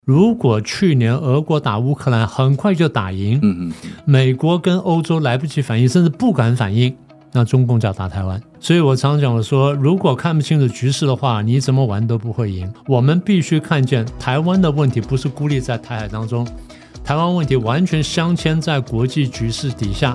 如果去年俄国打乌克兰很快就打赢，美国跟欧洲来不及反应，甚至不敢反应，那中共就要打台湾。所以我常讲，我说如果看不清楚局势的话，你怎么玩都不会赢。我们必须看见台湾的问题不是孤立在台海当中，台湾问题完全镶嵌在国际局势底下。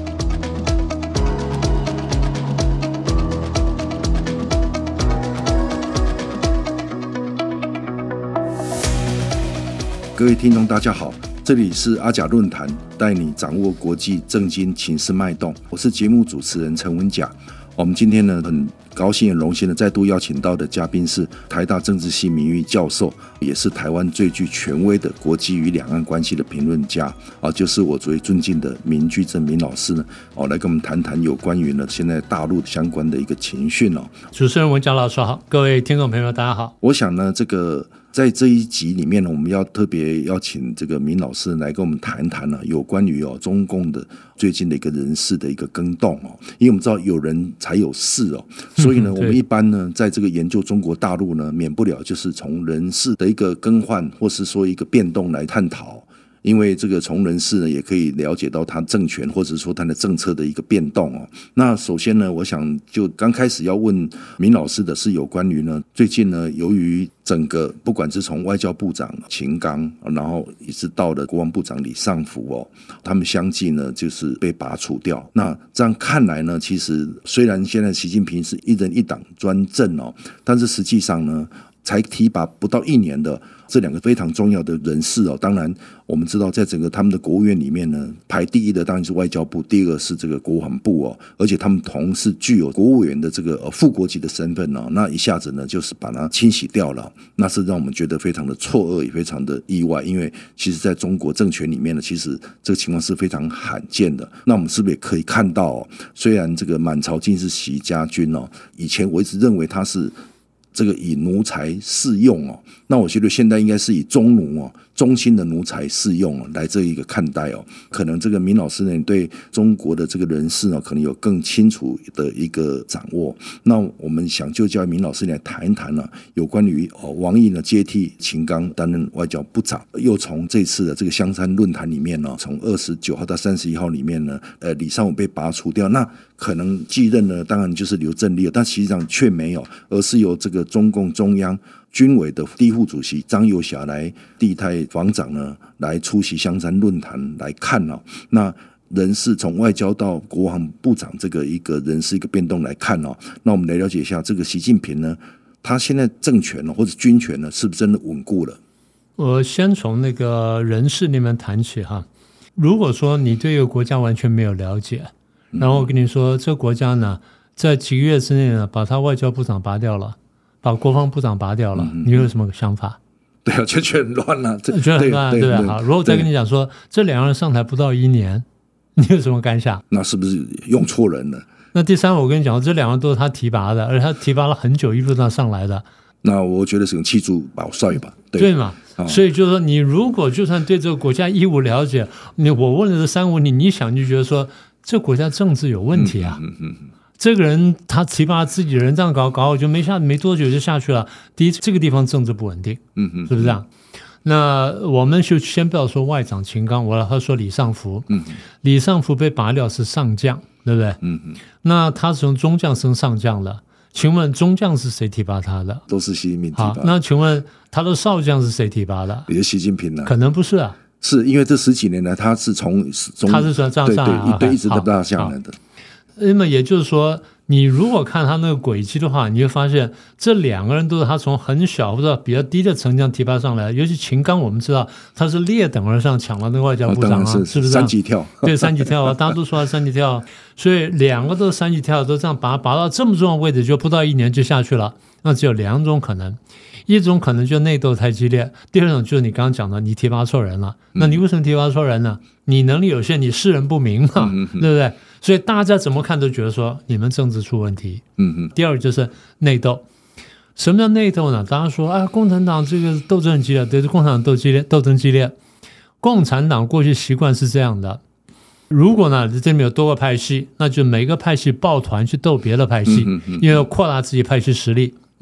各位听众大家好，这里是阿甲论坛，带你掌握国际政经情势脉动。我是节目主持人陈文甲。我们今天呢，很高兴也荣幸的再度邀请到的嘉宾是台大政治系名誉教授，也是台湾最具权威的国际与两岸关系的评论家就是我最尊敬的明居正明老师呢，来跟我们谈谈有关于呢现在大陆相关的一个情讯。 主持人文甲老师好，各位听众朋友大家好。 我想呢，在这一集里面呢，我们要特别邀请这个明老师来跟我们谈谈有关于中共的最近的一个人事的一个更动因为我们知道有人才有事所以呢，我们一般呢在这个研究中国大陆呢，免不了就是从人事的一个更换或是说一个变动来探讨。因为这个从人事呢，也可以了解到他政权或者说他的政策的一个变动那首先呢，我想就刚开始要问明老师的是有关于呢，最近呢，由于整个不管是从外交部长秦刚，然后一直到了国防部长李尚福他们相继呢就是被拔除掉。那这样看来呢，其实虽然现在习近平是一人一党专政但是实际上呢，才提拔不到1年的这两个非常重要的人士当然我们知道在整个他们的国务院里面呢，排第一的当然是外交部，第二个是这个国防部而且他们同是具有国务院的这个副国级的身份那一下子呢就是把它清洗掉了，那是让我们觉得非常的错愕，也非常的意外。因为其实在中国政权里面呢，其实这个情况是非常罕见的。那我们是不是也可以看到虽然这个满朝尽是习家军以前我一直认为他是这个以奴才适用那我觉得现在应该是以中奴中心的奴才适用来这一个看待可能这个明老师呢对中国的这个人事可能有更清楚的一个掌握。那我们想就叫明老师来谈一谈有关于王毅呢接替秦刚担任外交部长，又从这次的这个香山论坛里面从29号到31号里面呢李尚福被拔除掉，那可能继任呢当然就是刘振立，但实际上却没有，而是由这个中共中央军委的第一副主席张又侠来地太防长呢来出席香山论坛来看那人事从外交到国防部长这个一个人事一个变动来看那我们来了解一下这个习近平呢，他现在政权或者军权呢是不是真的稳固了？ 我先从那个人事那边谈起如果说你对一个国家完全没有了解，然后我跟你说这个国家呢在几个月之内呢把他外交部长拔掉了，把国防部长拔掉了，你有什么想法？ 对就觉得很乱了， 觉得很乱，对吧？好，如果再跟你讲说这两个人上台不到1年，你有什么感想？ 那是不是用错人了？ 那第三，我跟你讲，这两个人都是他提拔的，而且他提拔了很久，一路上来的。 那我觉得是用气柱保帅吧， 对嘛？所以就是说，你如果就算对这个国家一无了解，我问的这3个问题，你想就觉得说这国家政治有问题这个人他提拔自己的人这样搞好就没多久就下去了。第一，这个地方政治不稳定，是不是这样？那我们就先不要说外长秦刚，我要说李尚福。李尚福被拔掉是上将，对不对？那他是从中将升上将了。请问中将是谁提拔他的？ 都是习近平提拔。 好，那请问他的少将是谁提拔的？ 也是习近平可能不是是因为这10几年来他是从他是这样上来对一直都这样来的。 那么也就是说，你如果看他那个轨迹的话，你会发现这2个人都是他从很小或者比较低的层将提拔上来。尤其秦刚，我们知道他是列等而上抢了那个外交部长是不是三级跳？ 对，三级跳大家都说他三级跳，所以2个都是三级跳，都这样拔到这么重要的位置，就不到1年就下去了。那只有2种可能，一种可能就内斗太激烈，第二种就是你刚刚讲的，你提拔错人了。那你为什么提拔错人呢？你能力有限，你识人不明嘛，对不对？所以大家怎么看都觉得说你们政治出问题。第二个就是内斗。什么叫内斗呢？大家说共产党这个斗争很激烈，对，共产党斗争激烈。共产党过去习惯是这样的，如果呢这里面有多个派系，那就每个派系抱团去斗别的派系，因为要扩大自己派系实力。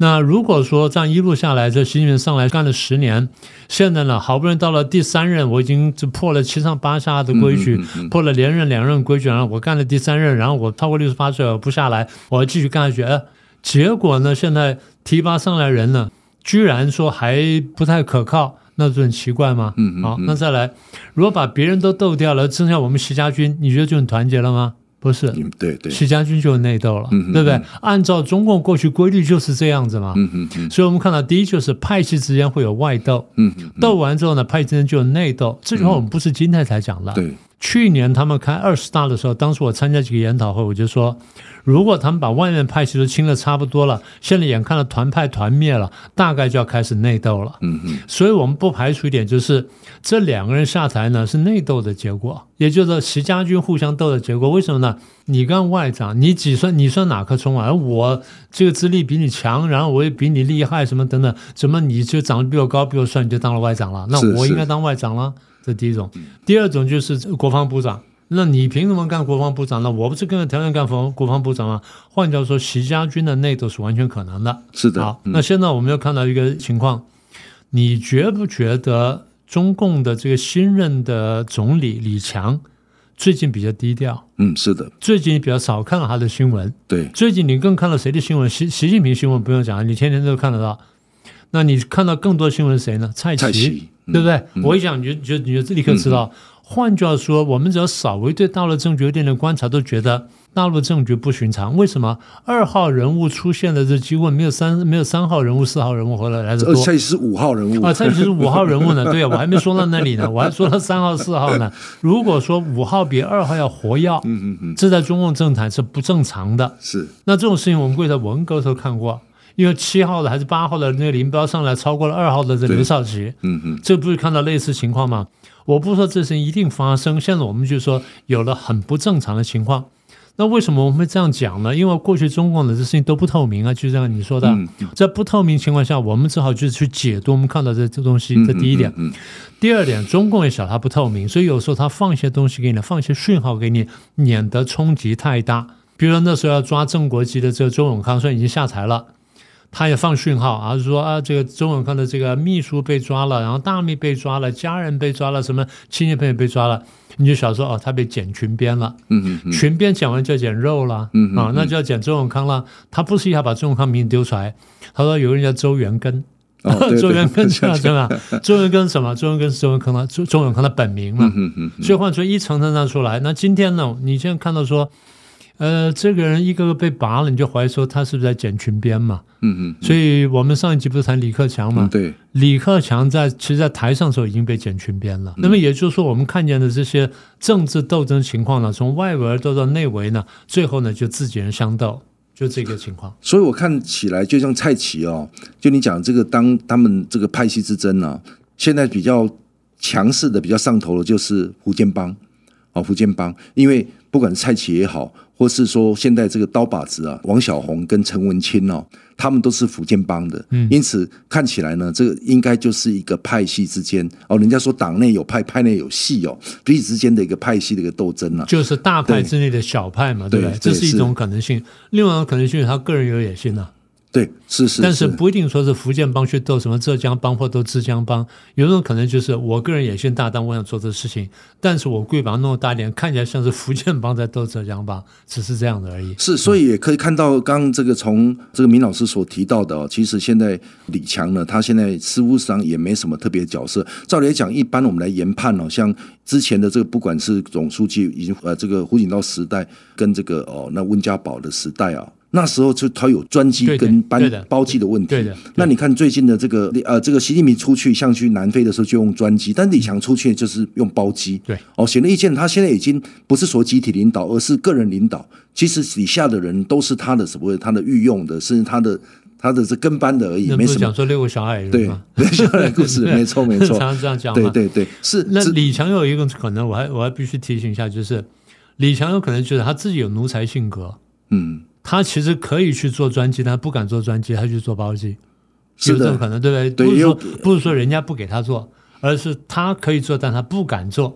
那如果说这样一路下来，这习近平上来干了10年，现在呢，好不容易到了第3任，我已经破了7上8下的规矩，破了连任2任规矩，然后我干了第3任，然后我超过68岁我不下来，我要继续干下去。结果呢，现在提拔上来人呢，居然说还不太可靠，那就很奇怪吗？好，那再来，如果把别人都斗掉了，剩下我们习家军，你觉得就很团结了吗？不是， 对对， 习家军就有内斗了，对不对？按照中共过去规律就是这样子嘛。所以我们看到第一就是派系之间会有外斗，斗完之后呢，派系之间就有内斗。这句话我们不是今天才讲的， 对。 去年他们开20大的时候，当时我参加几个研讨会，我就说，如果他们把外面派系都清了差不多了，现在眼看了团派团灭了，大概就要开始内斗了。所以我们不排除一点，就是这2个人下台呢是内斗的结果，也就是习家军互相斗的结果。为什么呢？你干外长，你算哪颗葱啊？我这个资历比你强，然后我也比你厉害，什么等等，怎么你就长得比我高，比我帅，你就当了外长了？那我应该当外长了。这第一种。第二种就是国防部长，那你凭什么干国防部长呢？我不是跟着条件干国防部长吗？换句话说，习家军的内斗是完全可能的。 是的。 好，那现在我们要看到一个情况，你觉不觉得中共的这个新任的总理李强最近比较低调？ 是的。 最近比较少看到他的新闻。 对。 最近你更看到谁的新闻？习近平新闻不用讲，你天天都看得到。那你看到更多新闻是谁呢？蔡奇，对不对？我一讲你就立刻知道。换句话说，我们只要稍微对大陆政局有点观察，都觉得大陆政局不寻常。为什么2号人物出现的这几乎没有3号人物、4号人物回来的多？ 蔡奇是5号人物啊，蔡奇是5号人物呢。对啊，我还没说到那里呢，我还说到3号、4号呢。如果说5号比2号要活跃，这在中共政坛是不正常的。 是。 那这种事情我们过去在文革的时候看过。因为7号的还是8号的那个林彪上来超过了2号的这刘少奇，这不是看到类似情况吗？我不是说这事情一定发生，现在我们就说有了很不正常的情况。那为什么我们会这样讲呢？因为过去中共的这事情都不透明啊，就像你说的，在不透明情况下，我们只好就是去解读我们看到这东西，这第一点。第二点，中共也晓得它不透明，所以有时候他放一些东西给你，放一些讯号给你，免得冲击太大。比如说那时候要抓正国级的这个周永康，虽然已经下台了。他也放讯号啊，说啊，这个周永康的这个秘书被抓了，然后大秘被抓了，家人被抓了，什么亲戚朋友被抓了，你就想说哦，他被剪裙边了，裙边剪完就要剪肉了，那就要剪周永康了。他不是一下把周永康名字丢出来，他说有个人叫周元根，周元根是吧？周元根什么？周元根是周永康的本名嘛，所以换出一层层这样出来。那今天呢，你现在看到说。这个人一个个被拔了，你就怀疑说他是不是在剪裙边嘛？所以我们上一集不是谈李克强嘛？ 对， 李克强其实在台上的时候已经被剪裙边了。那么也就是说，我们看见的这些政治斗争情况呢，从外围斗到内围呢，最后呢就自己人相斗，就这个情况。 所以我看起来就像蔡奇哦，就你讲这个，当他们这个派系之争呢，现在比较强势的、比较上头的就是福建帮。福建帮，因为不管是蔡奇也好，或是说现在这个刀把子啊，王小洪跟陈文清哦，他们都是福建帮的，因此看起来呢，这个应该就是一个派系之间哦，人家说党内有派，派内有系哦，彼此之间的一个派系的一个斗争啊， 就是大派之内的小派嘛，对不对？这是一种可能性，另外一种可能性是他个人有野心啊。 对，是， 但是不一定说是福建帮去斗什么浙江帮或斗浙江帮，有种可能就是我个人野心大，但我想做这事情，但是我故意把它弄大一点，看起来像是福建帮在斗浙江帮，只是这样的而已。 是，所以也可以看到，刚刚这个从这个明老师所提到的其实现在李强呢，他现在事务上也没什么特别角色。照理来讲，一般我们来研判像之前的这个不管是总书记以及这个胡锦涛时代，跟这个那温家宝的时代啊。那时候就他有专机跟包机的问题。 对的。 那你看最近的这个习近平出去像去南非的时候就用专机，但李强出去就是用包机。 对。 显而易见，他现在已经不是说集体领导，而是个人领导。其实底下的人都是他的他的御用的，甚至他的这跟班的而已，没什么。 讲说6个小矮人嘛， 对，小矮人故事，没错。 常常这样讲嘛。 对，是。 那李强有一个可能，我还必须提醒一下，就是李强有可能觉得他自己有奴才性格。他其实可以去做专机，但他不敢做专机，他去做包机，有这种可能，对不对？不是说人家不给他做，而是他可以做，但他不敢做，或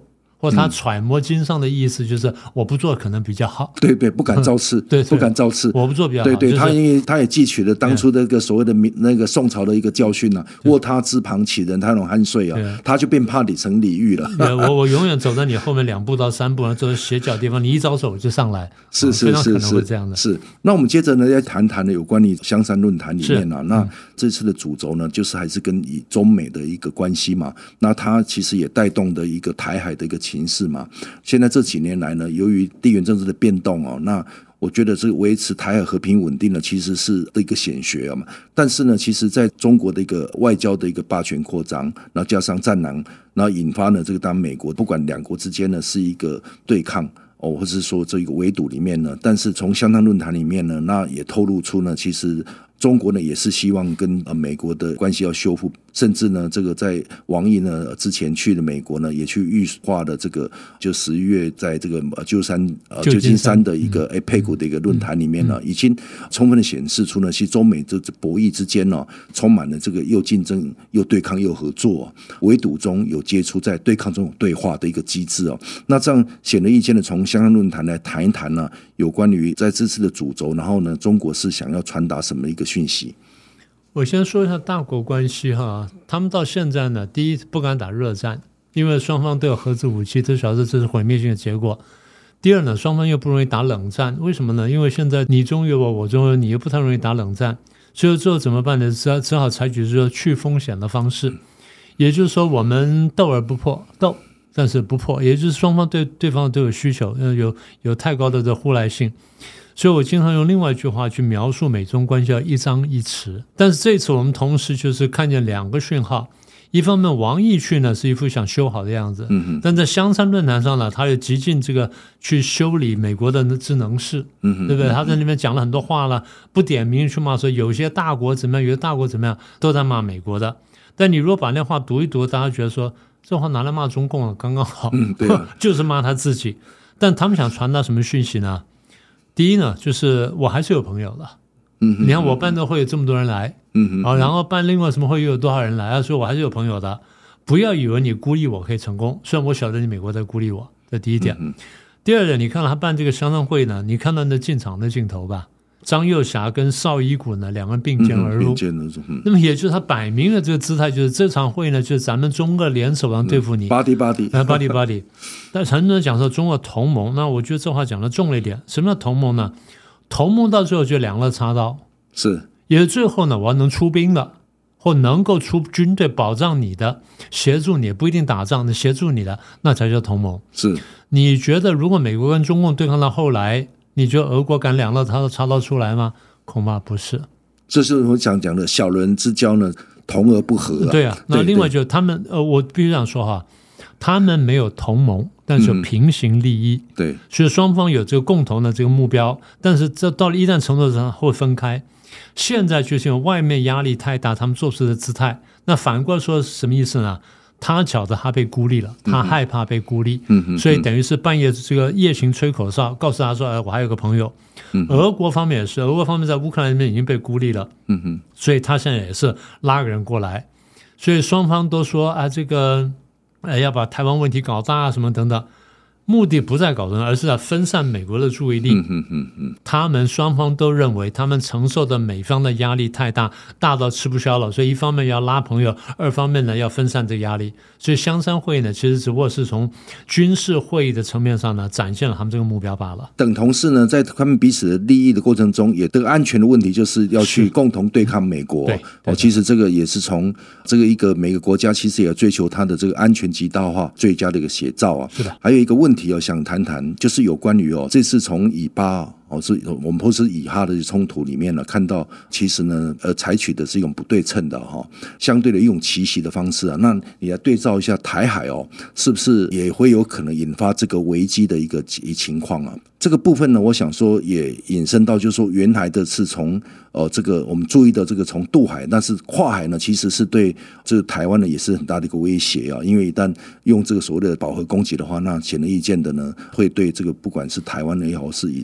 或他揣摩经上的意思，就是我不做可能比较好。 对对，不敢造次， 对， 不敢造次， 我不做比较好。 对对， 就是、 因为他也汲取了当初那个所谓的那个宋朝的一个教训啊，卧榻之旁岂人他那种酣睡啊，他就变怕李成李煜了。 我永远走在你后面2步到3步，然后走在斜角地方，你一招手我就上来， 是非常可能会这样的。 是，那我们接着呢，再谈谈有关于香山论坛里面啊，那这次的主轴呢，就是还是跟以中美的一个关系嘛，那它其实也带动的一个台海的一个情势嘛。现在这几年来呢，由于地缘政治的变动哦，那我觉得这个维持台海和平稳定呢，其实是一个显学嘛。但是呢，其实在中国的一个外交的一个霸权扩张，然后加上战狼，然后引发呢这个当美国不管两国之间呢是一个对抗。或者是说这个围堵里面呢，但是从香山论坛里面呢，那也透露出呢，其实中国呢也是希望跟美国的关系要修复，甚至呢这个在王毅呢之前去的美国呢，也去预化的这个就11月在这个旧金山的一个佩谷的一个论坛里面呢，已经充分的显示出呢，其实中美这博弈之间呢，充满了这个又竞争又对抗又合作，围堵中有接触，在对抗中有对话的一个机制哦。那这样显而易见的从香山论坛来谈一谈呢，有关于在这次的主轴，然后呢，中国是想要传达什么一个讯息？ 我先说一下大国关系哈，他们到现在呢，第一不敢打热战，因为双方都有核子武器，都晓得这是毁灭性的结果。第二呢，双方又不容易打冷战，为什么呢？因为现在你中有我，我中有你，又不太容易打冷战，所以最后怎么办呢？只好采取说去风险的方式，也就是说我们斗而不破，斗但是不破，也就是双方对对方都有需求，有太高的互赖性，所以我经常用另外一句话去描述美中关系，叫一张一弛。但是这次我们同时就是看见2个讯号，一方面王毅去呢是一副想修好的样子，但在香山论坛上呢，他又极尽这个去修理美国的智能事，对不对？他在那边讲了很多话了，不点名去骂说有些大国怎么样，有些大国怎么样，都在骂美国的。但你如果把那话读一读，大家觉得说这话拿来骂中共了，刚刚好， 对就是骂他自己。但他们想传达什么讯息呢？第一呢，就是我还是有朋友的。你看我办的会有这么多人来，然后办另外什么会又有多少人来，所以我还是有朋友的。不要以为你孤立我可以成功，虽然我晓得你美国在孤立我，这第一点。第二点，你看到他办这个香山会呢，你看到那进场的镜头吧，张又侠跟邵伊谷呢2个人并肩而入，那么也就是他摆明了这个姿态，就是这场会呢，就是咱们中俄联手上对付你，body。但很多人讲说中俄同盟，那我觉得这话讲的重了一点。什么叫同盟呢？同盟到最后就2肋插刀， 是， 也是最后呢，我要能出兵的，或能够出军队保障你的，协助你，不一定打仗，协助你的，那才叫同盟。 是， 你觉得如果美国跟中共对抗到后来，你觉得俄国敢2肋插刀出来吗？恐怕不是。 这是我想讲的小人之交呢，同而不和。 对啊，那另外就是他们我必须这样说哈，他们没有同盟，但是有平行利益， 对， 所以双方有这个共同的这个目标，但是这到了一旦程度上会分开。现在就是因为外面压力太大，他们做出的姿态。那反过来说什么意思呢？他觉得他被孤立了，他害怕被孤立，所以等于是半夜这个夜行吹口哨，告诉他说，我还有个朋友。俄国方面也是，俄国方面在乌克兰那边已经被孤立了，所以他现在也是拉个人过来，所以双方都说啊，这个要把台湾问题搞大什么等等。目的不在搞这个，而是在分散美国的注意力。他们双方都认为他们承受的美方的压力太大，大到吃不消了，所以一方面要拉朋友，二方面呢要分散这个压力。所以香山会呢，其实只不过是从军事会议的层面上呢，展现了他们这个目标罢了。 等同是呢，在他们彼此的利益的过程中，也这个安全的问题，就是要去共同对抗美国。其实这个也是从这个一个每个国家其实也要追求它的这个安全极大化最佳的一个写照啊。 是的， 还有一个问题想谈谈，就是有关于这次从以巴是我们或是以哈的冲突里面呢，看到其实呢采取的是一种不对称的相对的一种奇袭的方式啊。那你来对照一下台海是不是也会有可能引发这个危机的一个情况啊？这个部分呢，我想说也引申到，就是说原来的是从这个我们注意的这个从渡海，但是跨海呢，其实是对这个台湾呢也是很大的一个威胁啊。因为一旦用这个所谓的饱和攻击的话，那显而易见的呢，会对这个不管是台湾也好，是以色列也好，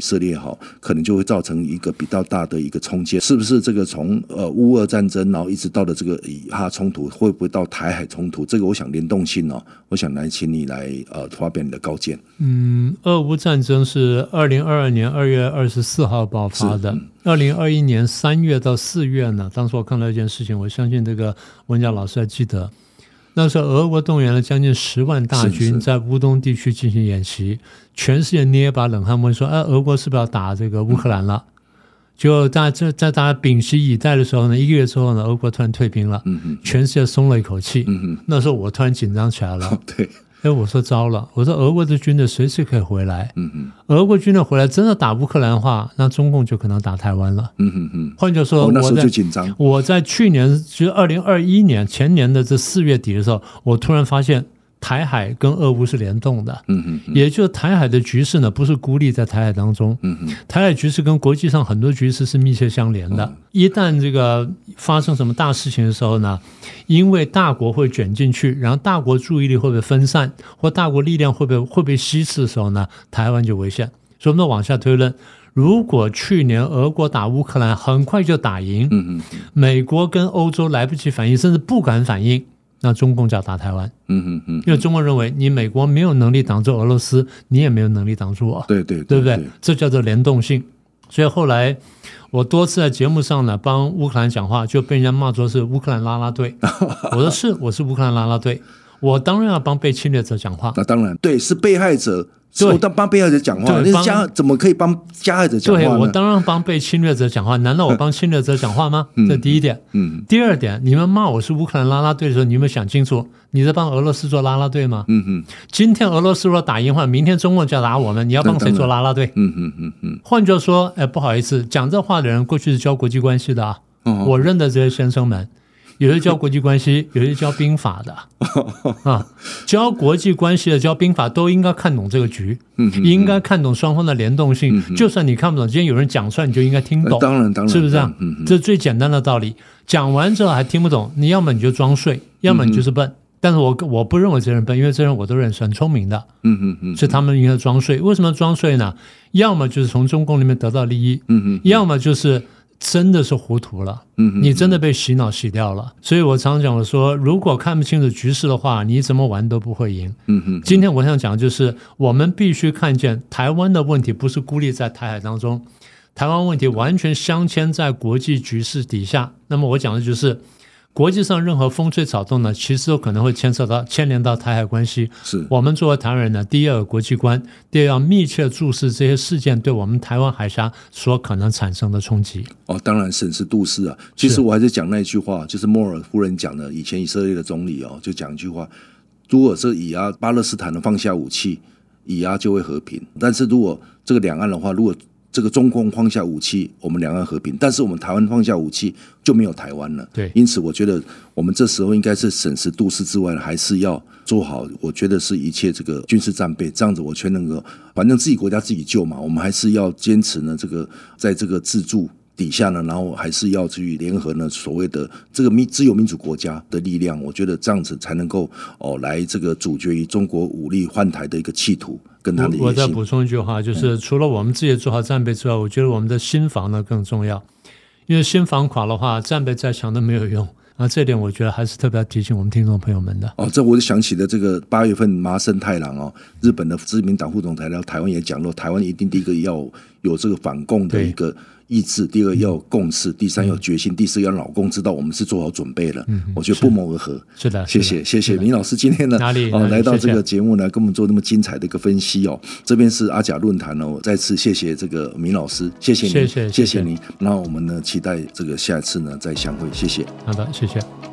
可能就会造成一个比较大的一个冲击。是不是这个从乌俄战争，然后一直到了这个以哈冲突，会不会到台海冲突？这个我想联动性我想来请你来发表你的高见。 俄乌战争是2022年2月24号爆发的。2021年3月到4月呢，当时我看到一件事情，我相信这个文甲老师还记得。那时候俄国动员了将近10万大军在乌东地区进行演习，全世界捏一把冷汗问说俄国是不是要打这个乌克兰了？就在大家屏息以待的时候呢，1个月之后呢，俄国突然退兵了，全世界松了一口气。那时候我突然紧张起来了。 对， 我说糟了，我说俄国的军队随时可以回来。俄国军队回来真的打乌克兰的话，那中共就可能打台湾了。换句话说， 那时候就紧张。 我在去年就是2021年前年的这4月底的时候，我突然发现台海跟俄乌是联动的。也就是台海的局势呢，不是孤立在台海当中。台海局势跟国际上很多局势是密切相连的。一旦这个发生什么大事情的时候呢，因为大国会卷进去，然后大国注意力会被分散，或大国力量会被稀释的时候呢，台湾就危险。所以我们往下推论，如果去年俄国打乌克兰很快就打赢，美国跟欧洲来不及反应，甚至不敢反应，那中共就要打台湾。因为中国认为你美国没有能力挡住俄罗斯，你也没有能力挡住我。 对不对？这叫做联动性。所以后来我多次在节目上呢帮乌克兰讲话，就被人家骂说是乌克兰啦啦队。我说我是乌克兰啦啦队，我当然要帮被侵略者讲话。 那当然，对，是被害者。我当帮被害者讲话，那怎么可以帮加害者讲话呢？ 对，我当然帮被侵略者讲话，难道我帮侵略者讲话吗？这第一点。第二点，你们骂我是乌克兰啦啦队的时候，你有没有想清楚，你在帮俄罗斯做啦啦队吗？今天俄罗斯如果打赢话，明天中共就要打我们，你要帮谁做啦啦队？换句话说，不好意思，讲这话的人过去是教国际关系的啊。我认得这些先生们。有些教国际关系，有些教兵法的教国际关系的、教兵法都应该看懂这个局，应该看懂双方的联动性。就算你看不懂，今天有人讲出来，你就应该听懂。 当然， 是不是这样？这是最简单的道理。讲完之后还听不懂，你要么你就装睡，要么你就是笨。但是我不认为这人笨，因为这人我都认识很聪明的。所以他们应该装睡。为什么装睡呢？要么就是从中共那边得到利益，要么就是真的是糊涂了，你真的被洗脑洗掉了。所以我常讲的说，如果看不清楚局势的话，你怎么玩都不会赢。今天我想讲的就是，我们必须看见台湾的问题不是孤立在台海当中，台湾问题完全镶嵌在国际局势底下。那么我讲的就是国际上任何风吹草动呢，其实都可能会牵连到台海关系。 是我们作为台湾人呢，第一要有国际观，第二要密切注视这些事件对我们台湾海峡所可能产生的冲击。 当然审时度势啊。其实我还是讲那一句话，就是莫尔夫人讲的，以前以色列的总理就讲一句话：如果是以阿巴勒斯坦的放下武器，以阿就会和平；但是如果这个两岸的话，如果这个中共放下武器，我们两岸和平，但是我们台湾放下武器就没有台湾了。 对， 因此我觉得我们这时候应该是审时度势之外，还是要做好，我觉得是一切这个军事战备，这样子我全能够，反正自己国家自己救嘛，我们还是要坚持呢，这个在这个自助底下呢，然后还是要去联合呢所谓的这个自由民主国家的力量，我觉得这样子才能够来这个阻绝于中国武力换台的一个企图跟他的野心。 我再补充一句话，就是除了我们自己做好战备之外，我觉得我们的心防呢更重要，因为心防垮的话，战备再强都没有用。这点我觉得还是特别要提醒我们听众朋友们的。 这我就想起了这个8月份麻生太郎日本的自民党副总裁来台湾也讲了，台湾一定第一个要有这个反共的一个意志，第二个要有共识，第三要有决心，第四个要老公知道我们是做好准备了。我觉得不谋而合。 是的， 谢谢明老师今天呢来到这个节目呢，跟我们做那么精彩的一个分析这边是阿甲论坛再次谢谢这个明老师，谢谢你，谢谢你。那我们呢期待这个下一次呢再相会，谢谢。 好的，谢谢。